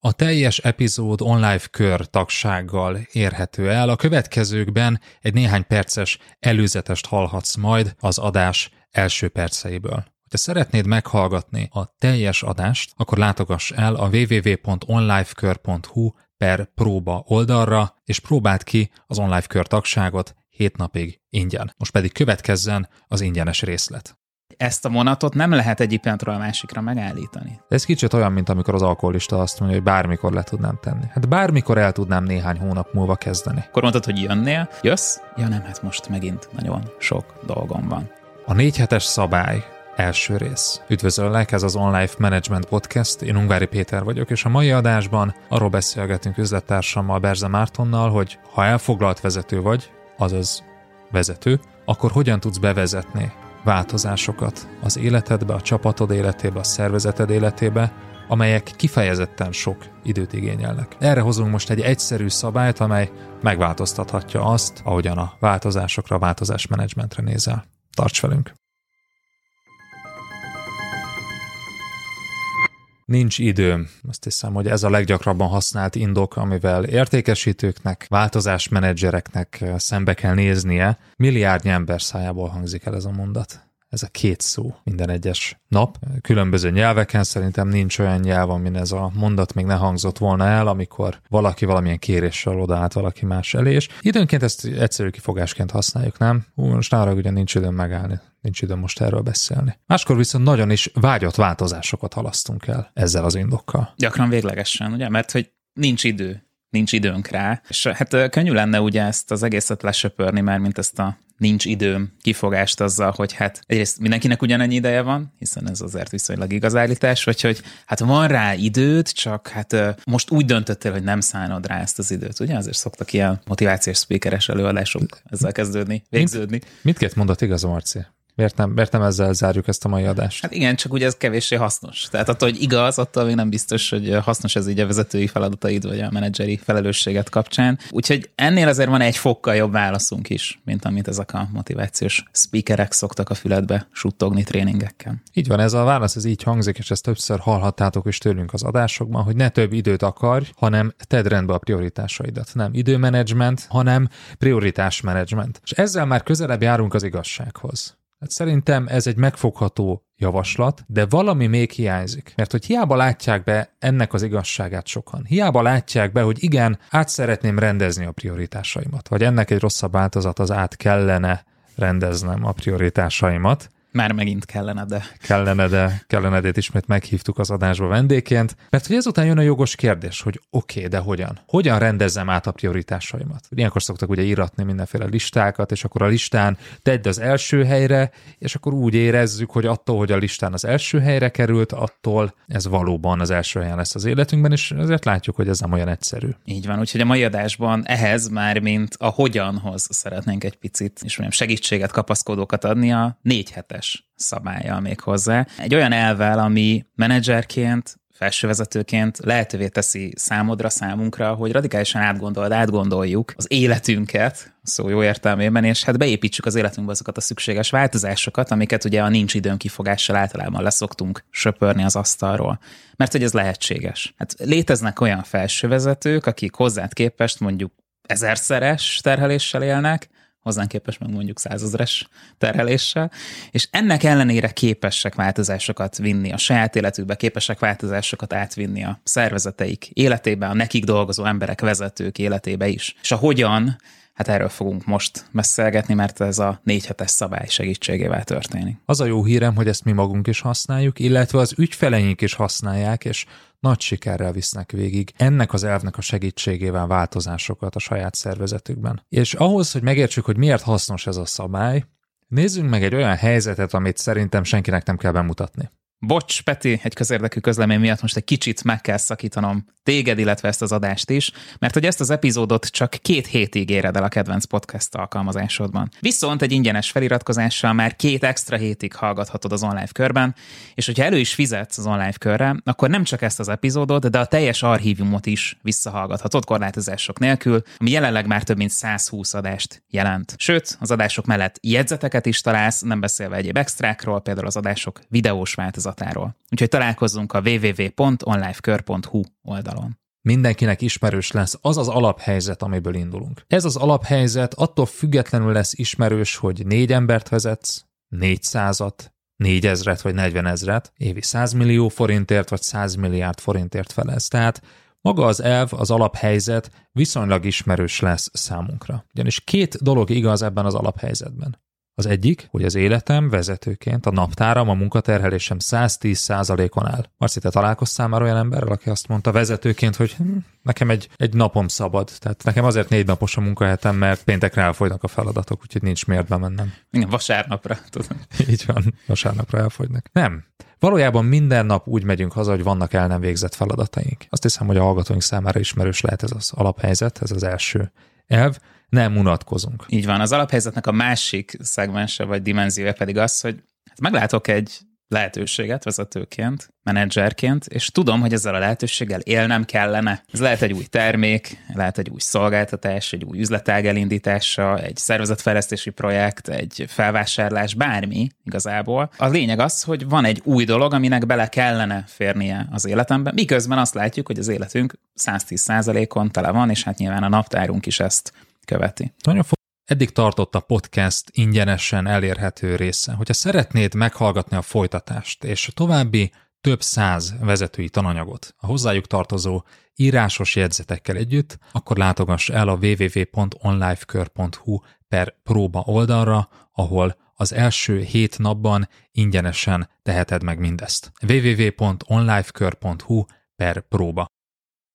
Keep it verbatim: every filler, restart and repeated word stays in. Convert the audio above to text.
A teljes epizód online kör tagsággal érhető el. A következőkben egy néhány perces előzetest hallhatsz majd az adás első perceiből. Ha szeretnéd meghallgatni a teljes adást, akkor látogass el a double-u double-u double-u pont onlifekör pont hu per próba oldalra, és próbáld ki az online kör tagságot hét napig ingyen. Most pedig következzen az ingyenes részlet. Ezt a vonatot nem lehet egyik pillanatról a másikra megállítani. Ez kicsit olyan, mint amikor az alkoholista azt mondja, hogy bármikor le tudnám tenni. Hát bármikor el tudnám néhány hónap múlva kezdeni. Akkor mondtad, hogy jönnél, jössz? Ja nem, hát most megint nagyon sok dolgom van. A négy hetes szabály. Első rész. Üdvözöllek, ez az Online Management Podcast, én Ungvári Péter vagyok, és a mai adásban arról beszélgetünk üzlettársammal, Berze Mártonnal, hogy ha elfoglalt vezető vagy, azaz vezető, akkor hogyan tudsz bevezetni változásokat az életedbe, a csapatod életébe, a szervezeted életébe, amelyek kifejezetten sok időt igényelnek. Erre hozunk most egy egyszerű szabályt, amely megváltoztathatja azt, ahogyan a változásokra, a változásmenedzsmentre nézel. Tarts velünk! Nincs időm. Azt hiszem, hogy ez a leggyakrabban használt indok, amivel értékesítőknek, változásmenedzsereknek szembe kell néznie. Milliárdnyi ember szájából hangzik el ez a mondat. Ez a két szó minden egyes nap. Különböző nyelveken szerintem nincs olyan nyelv, amin ez a mondat még ne hangzott volna el, amikor valaki valamilyen kéréssel odaállt valaki más elé, és időnként ezt egyszerű kifogásként használjuk, nem? Ú, most nára ugye nincs időm megállni. Nincs időm most erről beszélni. Máskor viszont nagyon is vágyott változásokat halasztunk el ezzel az indokkal. Gyakran véglegesen, ugye? Mert hogy nincs idő, nincs időnk rá. És hát könnyű lenne ugye ezt az egészet lesöpörni már, mint ezt a nincs időm kifogást azzal, hogy hát egyrészt mindenkinek ugyanennyi ideje van, hiszen ez azért viszonylag igaz állítás, vagy hogy hát van rá időd, csak hát most úgy döntöttél, hogy nem szánod rá ezt az időt, ugye? Azért szoktak ilyen motivációs speakeres előadások ezzel kezdődni, végződni. Mindkét mondat igaz, Marci. Miért nem, miért nem ezzel zárjuk ezt a mai adást? Hát igen, csak ugye ez kevéssé hasznos. Tehát attól, hogy igaz, attól még nem biztos, hogy hasznos ez így a vezetői feladataid, vagy a menedzseri felelősséget kapcsán. Úgyhogy ennél azért van egy fokkal jobb válaszunk is, mint amit ezek a motivációs speakerek szoktak a füledbe suttogni tréningekkel. Így van, ez a válasz, ez így hangzik, és ezt többször hallhattátok is tőlünk az adásokban, hogy ne több időt akarj, hanem tedd rendbe a prioritásaidat. Nem időmenedzsment, hanem prioritásmenedzsment. És ezzel már közelebb járunk az igazsághoz. Hát szerintem ez egy megfogható javaslat, de valami még hiányzik. Mert hogy hiába látják be ennek az igazságát sokan. Hiába látják be, hogy igen, át szeretném rendezni a prioritásaimat. Vagy ennek egy rosszabb változat az át kellene rendeznem a prioritásaimat. Már megint kellene, de... Kellene, de kellene, de ismét meghívtuk az adásba vendégként. Mert hogy ezután jön a jogos kérdés, hogy oké, okay, de hogyan? Hogyan rendezzem át a prioritásaimat? Ilyenkor szoktak ugye íratni mindenféle listákat, és akkor a listán tedd az első helyre, és akkor úgy érezzük, hogy attól, hogy a listán az első helyre került, attól ez valóban az első helyen lesz az életünkben, és ezért látjuk, hogy ez nem olyan egyszerű. Így van, úgyhogy a mai adásban ehhez már, mint a hogyanhoz szeretnénk egy picit, és mondjam, segítséget, kapaszkodókat adni a négy hetes szabállyal még hozzá. Egy olyan elvvel, ami menedzserként, felsővezetőként lehetővé teszi számodra, számunkra, hogy radikálisan átgondold, átgondoljuk az életünket, szó jó értelmében, és hát beépítsük az életünkbe azokat a szükséges változásokat, amiket ugye a nincs időm kifogással általában leszoktunk söpörni az asztalról. Mert hogy ez lehetséges. Hát léteznek olyan felsővezetők, akik hozzád képest mondjuk ezerszeres terheléssel élnek, hozzánk képest meg mondjuk százezres terheléssel, és ennek ellenére képesek változásokat vinni a saját életükbe, képesek változásokat átvinni a szervezeteik életébe, a nekik dolgozó emberek, vezetők életébe is. És a hogyan, hát erről fogunk most beszélgetni, mert ez a négy hetes szabály segítségével történik. Az a jó hírem, hogy ezt mi magunk is használjuk, illetve az ügyfeleink is használják, és nagy sikerrel visznek végig ennek az elvnek a segítségével változásokat a saját szervezetükben. És ahhoz, hogy megértsük, hogy miért hasznos ez a szabály, nézzünk meg egy olyan helyzetet, amit szerintem senkinek nem kell bemutatni. Bocs, Peti, egy közérdekű közlemény miatt most egy kicsit meg kell szakítanom téged, illetve ezt az adást is, mert hogy ezt az epizódot csak két hétig éred el a kedvenc podcast alkalmazásodban. Viszont egy ingyenes feliratkozással már két extra hétig hallgathatod az online körben, és hogyha elő is fizetsz az online körre, akkor nem csak ezt az epizódot, de a teljes archívumot is visszahallgathatod korlátozások nélkül, ami jelenleg már több mint száz húsz adást jelent. Sőt, az adások mellett jegyzeteket is találsz, nem beszélve egyéb extrákról, például az adások videós változat kockázatáról. Úgyhogy találkozzunk a double-u double-u double-u pont onlifekör pont hu oldalon. Mindenkinek ismerős lesz az az alaphelyzet, amiből indulunk. Ez az alaphelyzet attól függetlenül lesz ismerős, hogy négy embert vezetsz, négyszázat, négyezret vagy negyvenezret, évi száz millió forintért vagy száz milliárd forintért felez. Tehát maga az elv, az alaphelyzet viszonylag ismerős lesz számunkra. Ugyanis két dolog igaz ebben az alaphelyzetben. Az egyik, hogy az életem vezetőként, a naptáram, a munkaterhelésem száz tíz százalékon áll. Marci, te találkoztál már olyan emberrel, aki azt mondta vezetőként, hogy hm, nekem egy, egy napom szabad. Tehát nekem azért négy napos a munkahetem, mert péntekre elfogynak a feladatok, úgyhogy nincs miért bemennem. Igen, vasárnapra, tudom. Így van, vasárnapra elfogynak. Nem. Valójában minden nap úgy megyünk haza, hogy vannak el nem végzett feladataink. Azt hiszem, hogy a hallgatóink számára ismerős lehet ez az alaphelyzet, ez az első elv. Nem unatkozunk. Így van. Az alaphelyzetnek a másik szegmense vagy dimenziója pedig az, hogy hát meglátok egy lehetőséget vezetőként, menedzserként, és tudom, hogy ezzel a lehetőséggel élnem kellene. Ez lehet egy új termék, lehet egy új szolgáltatás, egy új üzletág elindítása, egy szervezetfejlesztési projekt, egy felvásárlás, bármi igazából. A lényeg az, hogy van egy új dolog, aminek bele kellene férnie az életembe, miközben azt látjuk, hogy az életünk száz tíz százalékon tele van, és hát nyilván a naptárunk is ezt követi. Nagyon fo- Eddig tartott a podcast ingyenesen elérhető része. Hogyha szeretnéd meghallgatni a folytatást és a további több száz vezetői tananyagot a hozzájuk tartozó írásos jegyzetekkel együtt, akkor látogass el a double-u double-u double-u pont onlifekör pont hu per próba oldalra, ahol az első hét napban ingyenesen teheted meg mindezt. double-u double-u double-u pont onlifekör pont hu per próba.